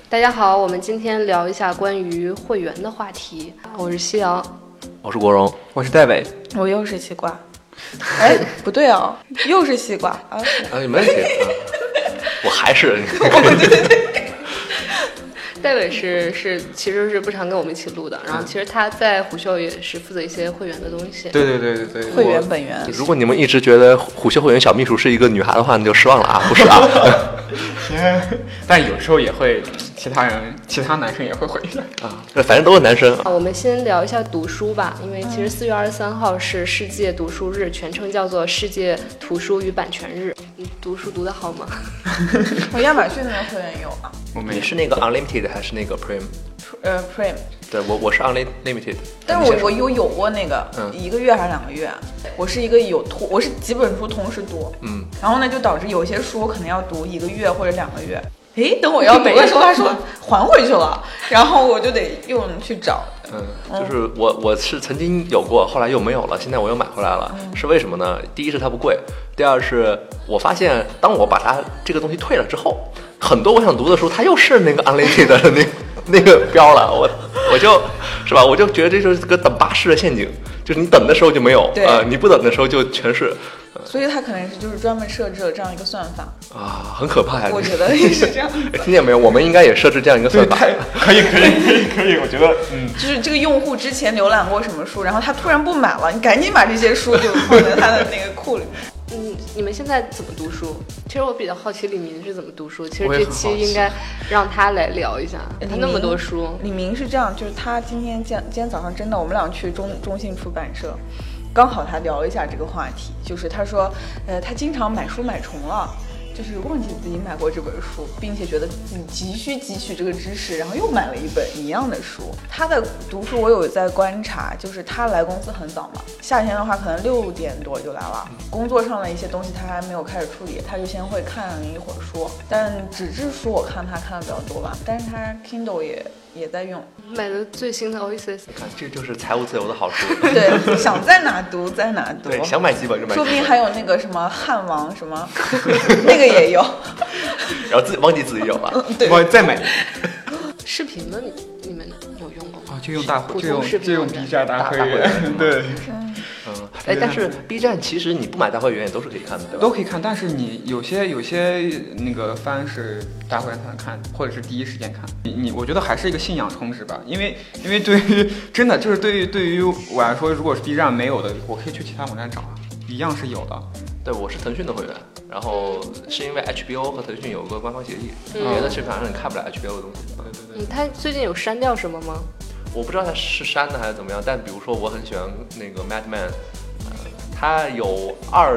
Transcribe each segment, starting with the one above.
大家好，我们今天聊一下关于会员的话题。我是西瑶， 我是国荣， 我是戴伟， 我又是西瓜。哎，不对哦，又是西瓜啊！ 没问题，我还是。 对。 戴伟其实是不常跟我们一起录的，然后其实他在虎嗅也是负责一些会员的东西。 对， 会员本源。 如果你们一直觉得虎嗅会员小秘书是一个女孩的话，那就失望了啊，不是啊。 但有时候也会，其他男生也会回来啊，反正都是男生。 我们先聊一下读书吧，因为其实4月23号是世界读书日，全称叫做世界图书与版权日。你读书读得好吗？ 我亚马逊那边会员有啊。 你是那个 Unlimited 还是那个 Prime？Prime。对，我是 Unlimited。 但是我有过那个1个月还是2个月，我是一个我是几本书同时读，然后呢就导致有些书可能要读1个月或者2个月。诶，等我要读的时候，他说还回去了，然后我就得又去找。 就是我是曾经有过，后来又没有了，现在我又买回来了。是为什么呢？第一是它不贵，第二是我发现当我把它这个东西退了之后，很多我想读的书它又是那个 Unlimited 的那个标了，我就是吧，我就觉得这就是个等巴士的陷阱，就是你等的时候就没有，你不等的时候就全是。 所以它可能就是专门设置了这样一个算法啊，很可怕呀！ 我觉得也是这样。 听见没有？我们应该也设置这样一个算法。 可以，我觉得， 就是这个用户之前浏览过什么书，然后他突然不买了，你赶紧把这些书就放在他的那个库里面。 你们现在怎么读书？其实我比较好奇李明是怎么读书。其实这期应该让他来聊一下，他那么多书。 李明是这样，就是他今天早上真的，我们俩去中信出版社。刚好他聊一下这个话题，就是他说，他经常买书买重了，就是忘记自己买过这本书，并且觉得自己急需汲取这个知识，然后又买了一本一样的书。他的读书我有在观察，就是他来公司很早嘛，夏天的话可能6点多就来了，工作上的一些东西他还没有开始处理，他就先会看一会儿书，但纸质书我看他看的比较多吧，但是他 Kindle 也在用， 买的最新的 Oasis， 看这就是财务自由的好处。 对，想在哪读在哪读， 对，想买几本就买几本， 说不定还有那个什么汉王什么，那个也有， 然后忘记自己有了， 对， 我再买。 视频的你们有用过吗？ 就用大会， 就用 B 站大会员，对。 但是 B 站其实你不买大会员也都是可以看的，对吧？ 都可以看，但是你有些那个番是大会员才能看，或者是第一时间看。我觉得还是一个信仰充值吧，因为对于真的就是对于我来说，如果是 B 站没有的，我可以去其他网站找啊，一样是有的。 对，我是腾讯的会员，然后是因为 HBO 和腾讯有个官方协议，别的市场上你看不了 HBO 的东西。 对。 他最近有删掉什么吗？ 我不知道他是删的还是怎么样，但比如说我很喜欢那个 Mad Men，它有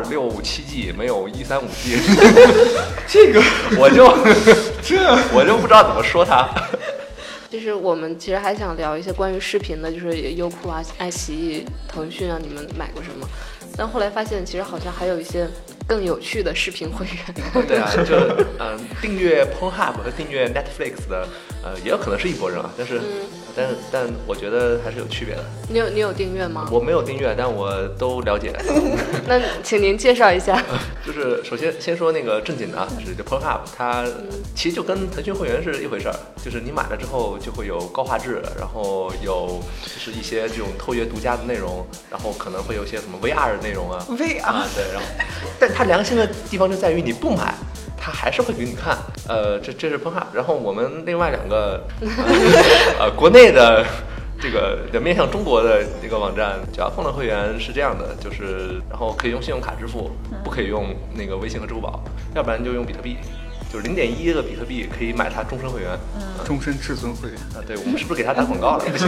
267G，没有135G， 这个我就不知道怎么说它。 就是我们其实还想聊一些关于视频的，就是优酷啊、爱奇艺、腾讯啊，你们买过什么？但后来发现，其实好像还有一些更有趣的视频会员。 对啊，就订阅 Pornhub 和订阅 Netflix 的，也有可能是一拨人啊，但我觉得还是有区别的。 你有订阅吗？ 我没有订阅，但我都了解。 那请您介绍一下。 就是首先先说那个正经的啊，就是这 Pornhub， 它其实就跟腾讯会员是一回事儿，就是你买了之后就会有高画质，然后有就是一些这种偷窥独家的内容，然后可能会有些什么 VR 的内容啊 ，VR 啊对，然后但它良心的地方就在于你不买。他还是会给你看，这是 Pornhub， 然后我们另外2个国内的这个面向中国的一个网站叫风冷会员是这样的，就是然后可以用信用卡支付，不可以用那个微信和支付宝，要不然就用比特币，就是0.1个比特币可以买它终身会员， 终身至尊会员啊，对，我们是不是给他打广告了？不行，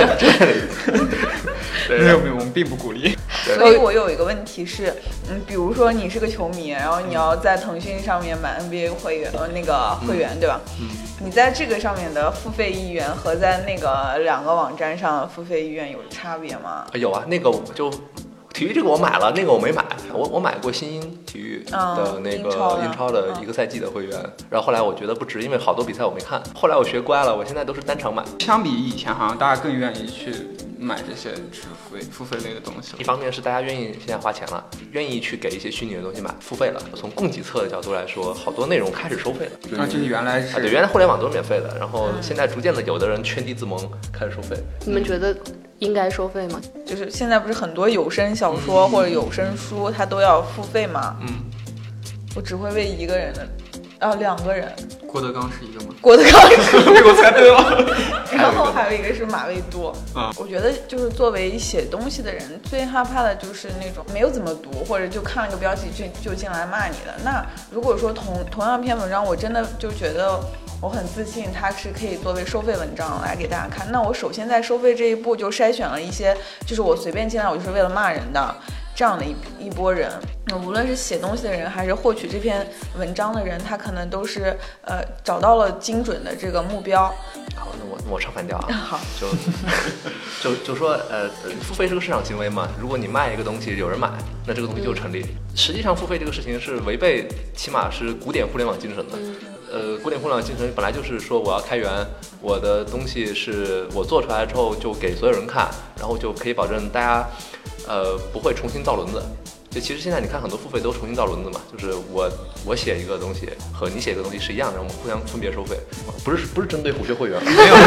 没有，我们并不鼓励。 所以我有一个问题是，比如说你是个球迷，然后你要在腾讯上面买 NBA 会员，那个会员对吧？你在这个上面的付费意愿和在那个2个网站上付费意愿有差别吗？ 有啊，那个就体育这个我买了，那个我没买。我买过新英体育的那个英超的1个赛季的会员，然后后来我觉得不值，因为好多比赛我没看。后来我学乖了，我现在都是单场买。 相比以前，好像大家更愿意去买这些付费类的东西了。 一方面是大家愿意现在花钱了，愿意去给一些虚拟的东西买付费了。从供给侧的角度来说，好多内容开始收费了。 就是原来是对，原来互联网都是免费的，然后现在逐渐的有的人圈地自萌开始收费。 你们觉得应该收费吗？ 就是现在不是很多有声小说或者有声书，它都要付费吗？我只会为一个人的，两个人。 郭德纲是一个吗？ 郭德纲是我猜对了。 然后还有一个是马未都。我觉得就是作为写东西的人，最害怕的就是那种没有怎么读，或者就看了个标题就进来骂你的。那如果说同样一篇文章，我真的就觉得我很自信，它是可以作为收费文章来给大家看。那我首先在收费这一步就筛选了一些，就是我随便进来我就是为了骂人的这样的一波人。无论是写东西的人还是获取这篇文章的人，他可能都是找到了精准的这个目标。 好，那我唱反调啊。 好， 就说付费是个市场行为嘛，如果你卖一个东西有人买，那这个东西就成立。实际上付费这个事情是违背，起码是古典互联网精神的。古典互联网精神本来就是说我要开源，我的东西是我做出来之后就给所有人看，然后就可以保证大家不会重新造轮子。就其实现在你看很多付费都重新造轮子嘛，就是我写一个东西和你写一个东西是一样的，我们互相分别收费，不是针对虎穴会员，没有，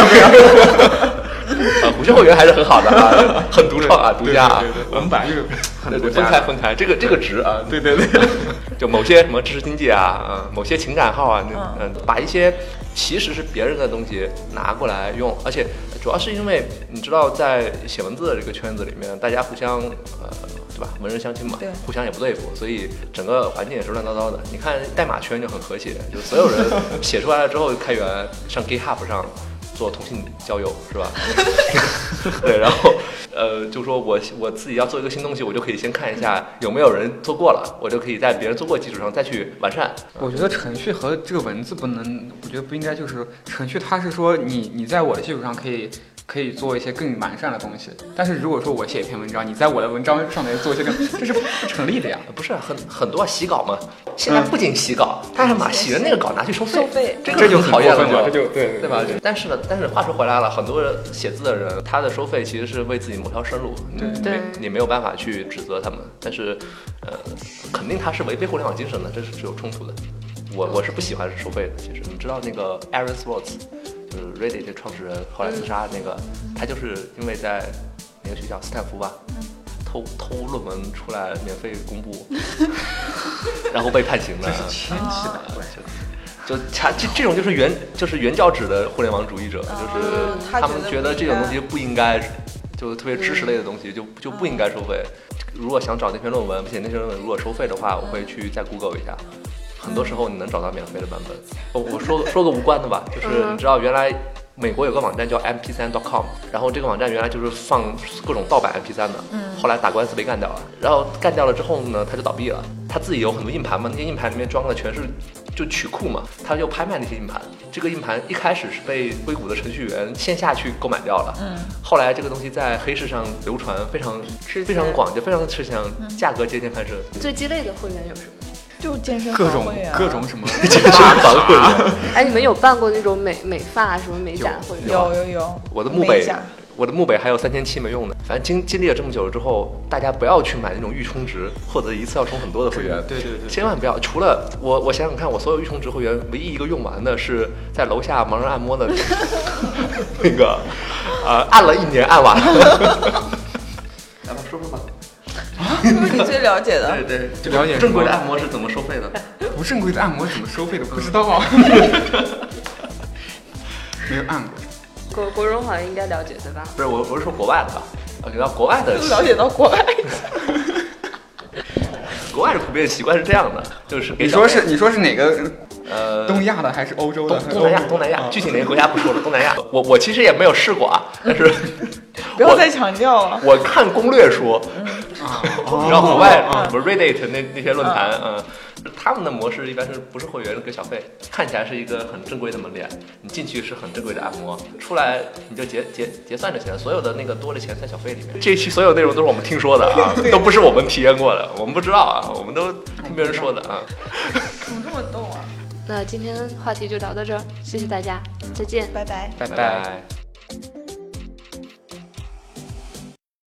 虎穴会员还是很好的啊，很独创啊，独家啊， 对，我们本来就是很独家分开，这个值啊， 对， 就某些什么知识经济啊，某些情感号啊，把一些其实是别人的东西拿过来用，而且主要是因为你知道在写文字的这个圈子里面，大家互相对吧？文人相亲嘛，互相也不对付，所以整个环境也是乱糟糟的。你看代码圈就很和谐，就所有人写出来了之后开源上 GitHub 上做同性交友，是吧？对，然后就说我自己要做一个新东西，我就可以先看一下有没有人做过了，我就可以在别人做过基础上再去完善。 我觉得程序和这个文字不能，我觉得不应该，就是程序它是说你在我的基础上可以做一些更完善的东西，但是如果说我写一篇文章，你在我的文章上面做一些这是不成立的呀。 不是很多洗稿嘛，现在不仅洗稿，他还把洗的那个稿拿去收费，这就讨厌了嘛，对吧？但是话说回来了，很多人写字的人，他的收费其实是为自己谋条生路，你没有办法去指责他们，但是肯定他是违背互联网精神的，这是有冲突的。我是不喜欢收费的。其实你知道那个 Aaron Swartz， 就是 Reddit 的创始人，后来自杀那个，他就是因为在哪个学校，斯坦福吧，偷论文出来免费公布，然后被判刑的。 这是牵起来的。 就这种就是原教旨的互联网主义者，就是他们觉得这种东西不应该，就特别知识类的东西就不应该收费。如果想找那篇论文，而且那篇论文如果收费的话，我会去再 Google 一下。很多时候你能找到免费的版本。我说个无关的吧，就是你知道原来美国有个网站叫 mp3.com， 然后这个网站原来就是放各种盗版 mp3 的，后来打官司被干掉了，然后干掉了之后呢，他就倒闭了。他自己有很多硬盘嘛，那些硬盘里面装的全是就曲库嘛，他就拍卖那些硬盘。这个硬盘一开始是被硅谷的程序员线下去购买掉了，后来这个东西在黑市上流传非常广，就非常吃香，价格接天翻身。 最鸡肋的会员有什么？ 就健身房会员， 各种什么健身房会员。 哎，你们有办过那种美发什么美甲会员？ 有。 我的墓北还有3700没用的。反正经历了这么久了之后，大家不要去买那种预充值或者一次要充很多的会员。 对， 千万不要。除了我想想看，我所有预充值会员唯一一个用完的是在楼下盲人按摩的那个，按了1年按完了。来吧，说吧。 是不是你最了解的？ 对， 就了解正规的按摩是怎么收费的？ 不正规的按摩怎么收费的？不知道啊。没有按过。 国荣好像应该了解对吧？ 不是，我是说国外的吧？给到国外的， 了解到国外。 国外的普遍习惯是这样的，就是你说是哪个？东亚的还是欧洲的？ 东南亚，具体哪个国家不说了。东南亚，我其实也没有试过啊，但是不要再强调了。 我看攻略说，然后国外不是 Reddit 那些论坛，他们的模式一般是不是会员给小费，看起来是一个很正规的门脸，你进去是很正规的按摩，出来你就结算就行，所有的那个多的钱在小费里面。这一期所有内容都是我们听说的啊，都不是我们体验过的，我们不知道啊，我们都听别人说的啊。 怎么这么逗啊？ 那今天话题就聊到这儿，谢谢大家，再见， 拜拜。 拜拜。